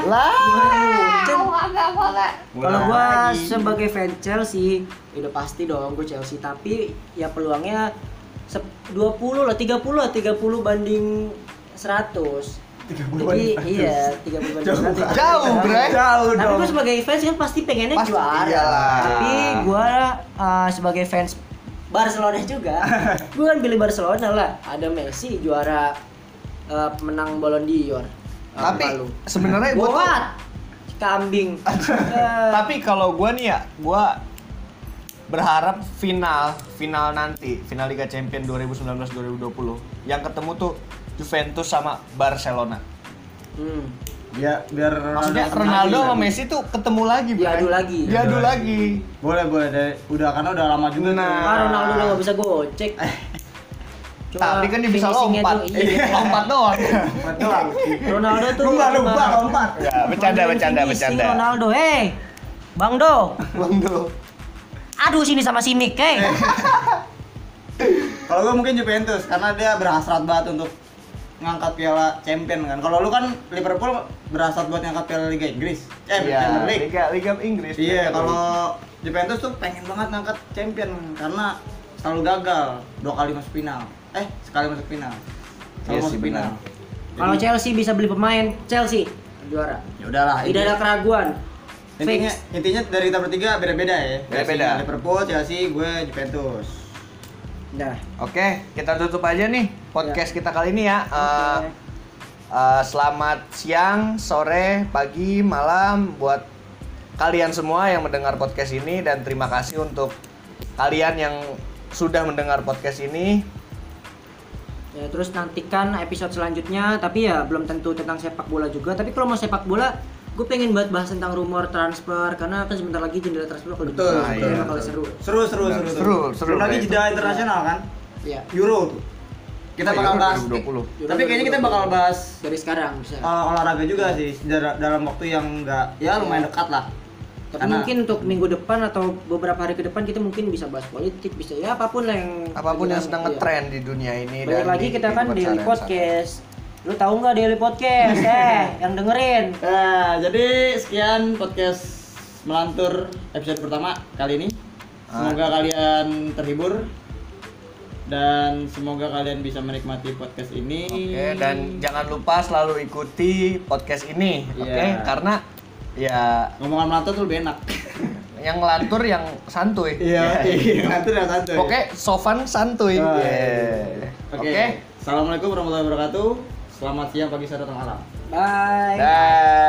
Kalau gua sebagai fans Chelsea, udah pasti dong gua Chelsea, tapi ya peluangnya 20 lah, 30 banding 100. Jadi iya, 30 banding 100. Jauh, Bray. Jauh Tapi dong. gua sebagai fans kan pasti pengennya Pasti, juara. iyalah. Tapi gua sebagai fans Barcelona juga, gua kan pilih Barcelona lah. Ada Messi juara menang Ballon d'Or. Tapi Palu. sebenarnya gua tuh- Buat kambing. tapi kalau gua nih ya, gua berharap final Liga Champions 2019-2020 yang ketemu tuh Juventus sama Barcelona. Biar Maksudnya Ronaldo sama Messi tuh ketemu lagi, Bray. Diadu lagi. Diadu lagi. boleh deh. Udah karena udah lama juga. Nah. Ronaldo udah gak bisa gocek. Tapi kan dia bisa finishingnya lompat. tuh, iya. Lompat doang. Doang. Ronaldo tuh Lumba cuma- lompat. Ya, bercanda. finishing Ronaldo, Bang Do. Aduh sini sama si Mick, Kalau gue mungkin Juventus karena dia berhasrat banget untuk ngangkat piala champion kan. Kalau lu kan Liverpool berhasrat buat ngangkat piala Liga Inggris. Premier League. Liga Inggris. Iya, kalau Juventus tuh pengen banget ngangkat champion karena selalu gagal 2 kali masuk final. Sekali masuk final. Selalu Iya sih, masuk final. benar. Kalau Chelsea bisa beli pemain, Chelsea juara. Ya udahlah. Tidak ada keraguan. Intinya dari kita bertiga beda-beda ya. Beda-beda. Chelsea, Liverpool, Chelsea, gue Juventus. Nah, Oke, kita tutup aja nih podcast kita kali ini ya. oke. Selamat siang, sore, pagi, malam buat kalian semua yang mendengar podcast ini, dan terima kasih untuk kalian yang sudah mendengar podcast ini. Ya, terus nantikan episode selanjutnya, tapi ya belum tentu tentang sepak bola juga. Tapi kalau mau sepak bola, gue pengen banget bahas tentang rumor transfer, karena kan sebentar lagi jendela transfer kalau Betul, dibuka, betul. jadi bakal seru. Seru. Belum lagi Itu. jeda internasional kan? Iya. Euro tuh. Kita Oh, bakal Euro bahas. 2020. Tapi kayaknya kita bakal bahas Dari sekarang bisa. olahraga juga sih dalam waktu yang enggak ya lumayan dekat lah. Tapi Karena- mungkin untuk minggu depan atau beberapa hari ke depan kita mungkin bisa bahas politik, bisa ya apapun lah yang Sedang iya. ngetren di dunia ini. Balik dan lagi di kita kan kehidupan daily sehari-hari. podcast. Lu tahu nggak daily podcast? Yang dengerin. Nah, jadi sekian podcast Melantur episode pertama kali ini. Semoga kalian terhibur dan semoga kalian bisa menikmati podcast ini. Oke, dan jangan lupa selalu ikuti podcast ini, oke? Iya. Karena ya Ngomongan melantur tuh lebih enak. yang ngelantur yang santuy. Iya, melantur ya santuy. Oke, Sofan santuy. Oh, Yeah. Oke. Assalamualaikum warahmatullahi wabarakatuh. Selamat siang, pagi, sore, atau malam. Bye. Dah.